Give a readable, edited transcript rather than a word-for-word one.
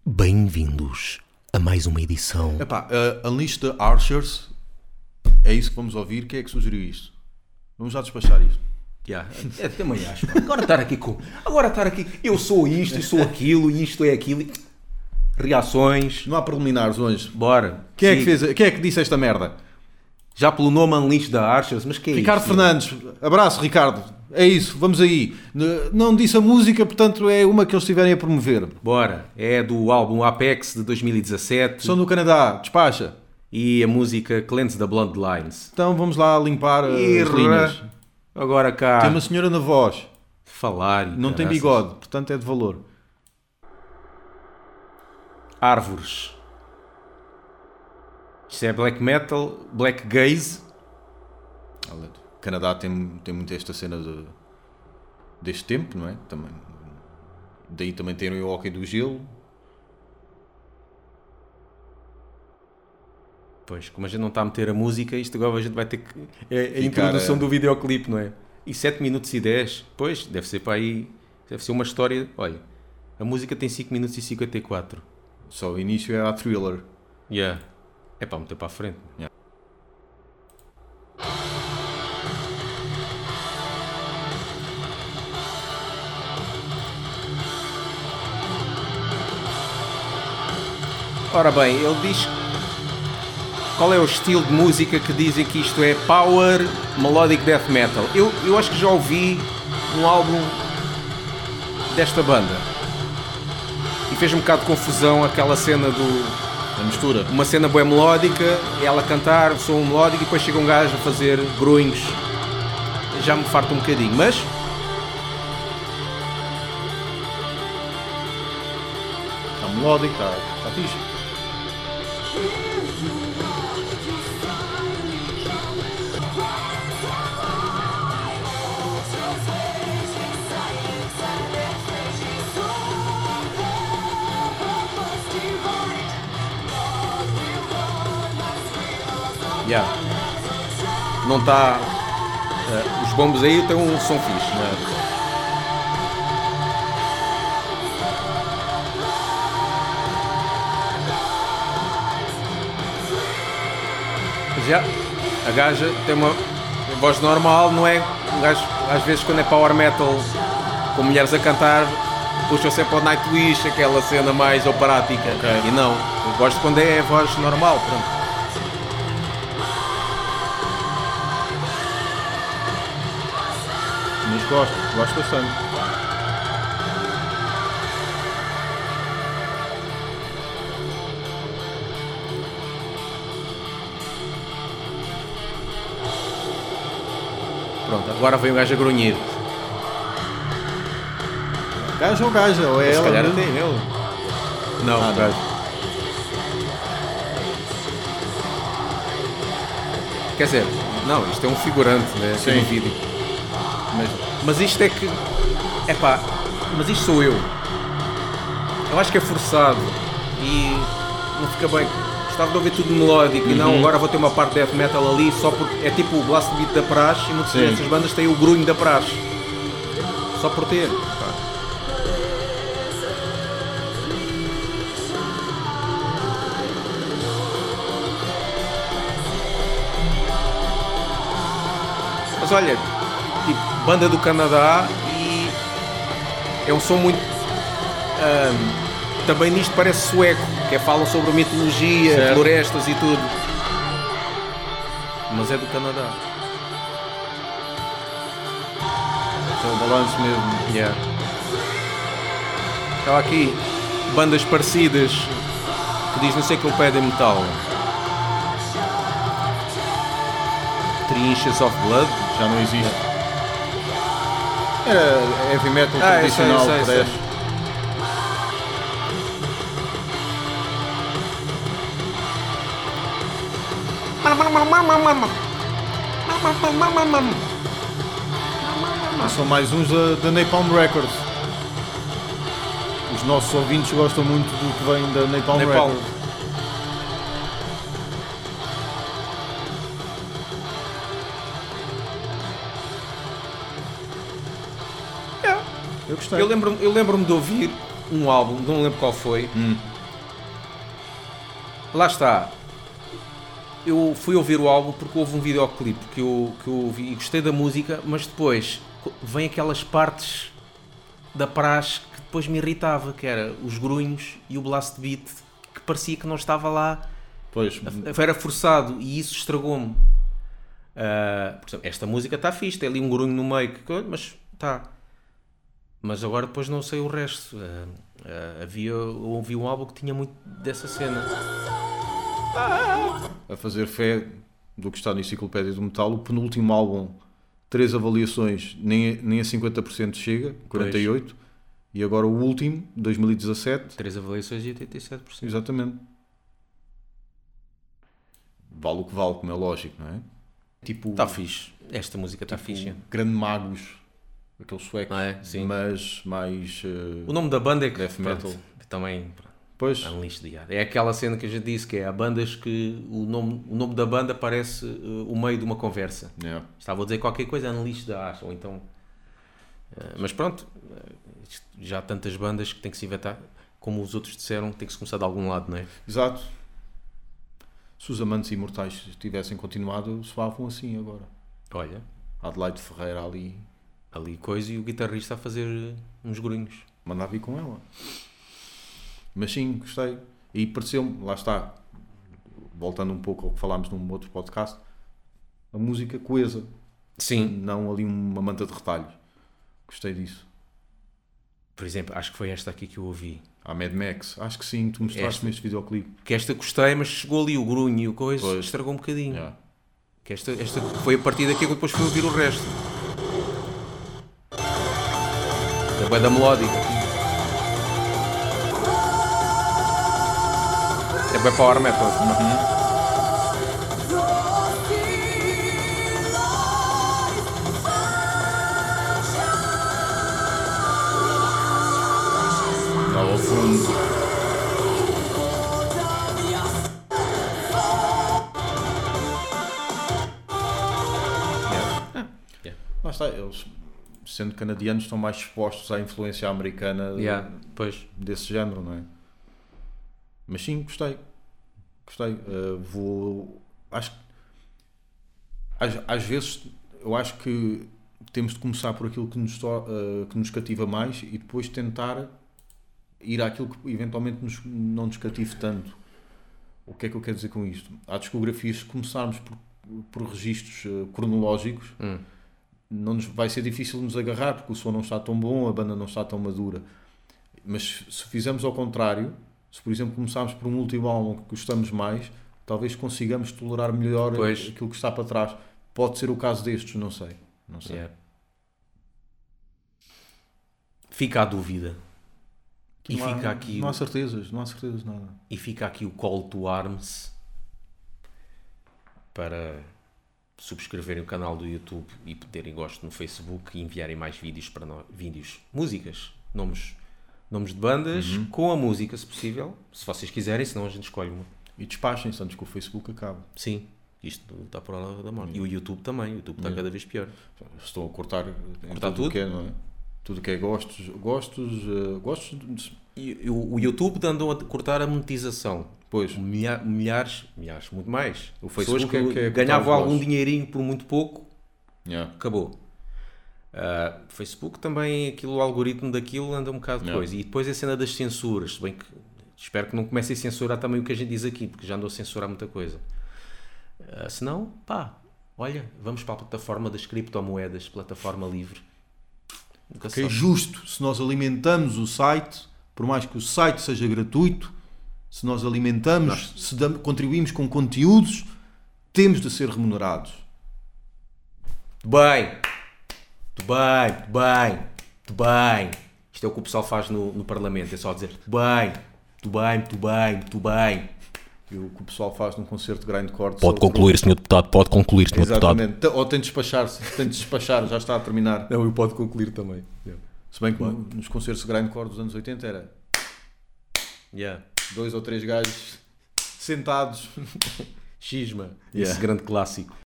Bem-vindos a mais uma edição. Epá, Unleash the Archers, é isso que vamos ouvir. Quem é que sugeriu isto? Vamos já despachar isto. Também acho. Agora estar aqui, eu sou isto e sou aquilo e isto é aquilo. Reações. Não há preliminares hoje. Bora. Quem é que disse esta merda? Já pelo nome Unleash the Archers, mas quem é Ricardo isto? Fernandes. Abraço, Ricardo. É isso, vamos aí. Não disse a música, portanto é uma que eles estiverem a promover. Bora. É do álbum Apex de 2017. São no Canadá, despacha. E a música Cleanse the Bloodlines. Então vamos lá limpar as linhas. Agora cá. Tem uma senhora na voz. Falar. Não tem bigode, portanto é de valor. Árvores. Isto é black metal, black gaze. Olha, o Canadá tem muito esta cena deste tempo, não é? Também, daí também tem o hóquei do gelo. Pois, como a gente não está a meter a música, isto agora a gente vai ter que... É a Ficar, introdução do videoclipe, não é? E 7 minutos e 10, pois, deve ser para aí... Deve ser uma história... Olha, a música tem 5 minutos e 54. Só o início é a thriller. Yeah. É para meter para a frente. Yeah. Ora bem, ele diz... Qual é o estilo de música que dizem que isto é Power Melodic Death Metal? Eu acho que já ouvi um álbum desta banda. E fez um bocado de confusão aquela cena do... A mistura. Uma cena bué melódica, ela a cantar, som melódico, e depois chega um gajo a fazer grunhos. Já me farta um bocadinho, mas... Está melódico, está fixe. Yeah. Não está... os bombos aí têm um som fixe, não é? Já, a gaja tem uma voz normal, não é? Um gajo, às vezes, quando é power metal com mulheres a cantar, puxa sempre ao Nightwish, aquela cena mais operática. Okay. E não, eu gosto quando é a voz normal, pronto. Mas gosto bastante. Pronto, agora vem o gajo a grunhir. Gajo ou gaja? Ou é Se ela? calhar mesmo? até ele. Não, Ah, o gajo. Quer dizer, não, isto é um figurante, né, aqui Sim. no vídeo. Mas isto é que... Epá, mas isto sou eu. Eu acho que é forçado e não fica bem. Gostava de ouvir tudo melódico e não, agora vou ter uma parte de death metal ali só porque é tipo o blast beat da praxe e muitas Sim. dessas bandas têm o grunho da praxe. Só por ter. Mas olha, tipo, banda do Canadá e é um som muito... também nisto parece sueco, que é, falam sobre mitologia, Certo. florestas e tudo. Mas é do Canadá. É o balanço mesmo. Yeah. Estava aqui bandas parecidas que diz não sei que eu pedem metal. 3 Inches of Blood. Já não existe. Era heavy metal tradicional, sei. parece. São mais uns da Napalm Records. Os nossos ouvintes gostam muito do que vem da Napalm Nepal. Records. Eu gostei. Eu lembro-me de ouvir um álbum, não lembro qual foi, lá está. Eu fui ouvir o álbum porque houve um videoclipe que eu ouvi e gostei da música, mas depois vem aquelas partes da praxe que depois me irritava, que era os grunhos e o blast beat, que parecia que não estava lá. Pois, Era forçado e isso estragou-me. Por exemplo, esta música está fixe, tem ali um grunho no meio, mas está. Mas agora depois não sei o resto. Eu ouvi um álbum que tinha muito dessa cena. a fazer fé do que está na Enciclopédia do Metal, o penúltimo álbum, 3 avaliações, nem a 50% chega, 48%, e agora o último, 2017... 3 avaliações e 87%. Exatamente. Vale o que vale, como é lógico, não é? Tipo... Está fixe. Esta música está fixe. Grande Magus, aqueles suecos, Sim. Mas mais... O nome da banda é que... Death metal. Também... Pois. É um lixo de ar. É aquela cena que a gente disse, que é há bandas que o nome da banda parece o meio de uma conversa. Yeah. Estava a dizer qualquer coisa, é um lixo de ar. Ou então... mas pronto, já há tantas bandas que tem que se inventar. Como os outros disseram, tem que se começar de algum lado, não é? Exato. Se os Amantes Imortais tivessem continuado, soavam assim agora. Olha, Adelaide Ferreira ali coisa e o guitarrista a fazer uns grunhos. mandava ir com ela. Mas sim, gostei. E pareceu-me, lá está, voltando um pouco ao que falámos num outro podcast, a música coesa. Sim. Não ali uma manta de retalhos. Gostei disso. Por exemplo, acho que foi esta aqui que eu ouvi. A Mad Max, acho que sim, tu mostraste-me este videoclipe. Que esta gostei, mas chegou ali o grunho e o coisa, Pois. estragou um bocadinho. Yeah. Que esta foi a partir daqui que eu depois fui ouvir o resto. É bué da melódica. É bué power metal. Lá ao fundo. Lá está, eles, sendo canadianos, estão mais expostos à influência americana Pois. desse género, não é? Mas sim, gostei. Acho que às vezes eu acho que temos de começar por aquilo que nos cativa mais e depois tentar ir àquilo que eventualmente não nos cative tanto. O que é que eu quero dizer com isto? Há discografias, se começarmos por registros cronológicos, não nos, vai ser difícil nos agarrar porque o som não está tão bom, a banda não está tão madura. Mas se fizermos ao contrário, se por exemplo começarmos por um último álbum que gostamos mais, talvez consigamos tolerar melhor aquilo que está para trás. Pode ser o caso destes, não sei. Yeah. Fica a dúvida. Não há certezas nada. E fica aqui o call to arms para subscreverem o canal do YouTube e poderem gosto no Facebook e enviarem mais vídeos para nós, músicas, nomes de bandas com a música, se possível, se vocês quiserem, senão a gente escolhe uma. E despachem-se antes que o Facebook acabe. Sim, isto está por hora da morte. E o YouTube também, o YouTube está cada vez pior. Estão a cortar tudo? Que é, não é? Tudo que é gostos. E o YouTube andam a cortar a monetização. Pois. Milhares, muito mais. O Facebook pessoas que é ganhavam algum dinheirinho por muito pouco, acabou. Facebook também, o algoritmo daquilo anda um bocado de coisa. E depois a cena das censuras, se bem que espero que não comecem a censurar também o que a gente diz aqui, porque já andou a censurar muita coisa. Senão, olha, vamos para a plataforma das criptomoedas, plataforma livre. Que é justo, se nós alimentamos o site, por mais que o site seja gratuito, se nós alimentamos, contribuímos com conteúdos, temos de ser remunerados. Bem. Isto é o que o pessoal faz no Parlamento, é só dizer muito bem. E o que o pessoal faz num concerto de grindcore... Pode concluir, Sr. Deputado, pode concluir, Sr. Deputado. Exatamente. Ou tem de despachar, já está a terminar. Não, eu pode concluir também. Se bem que nos concertos de grindcore dos anos 80 era 2 ou 3 gajos sentados. Xisma, esse grande clássico.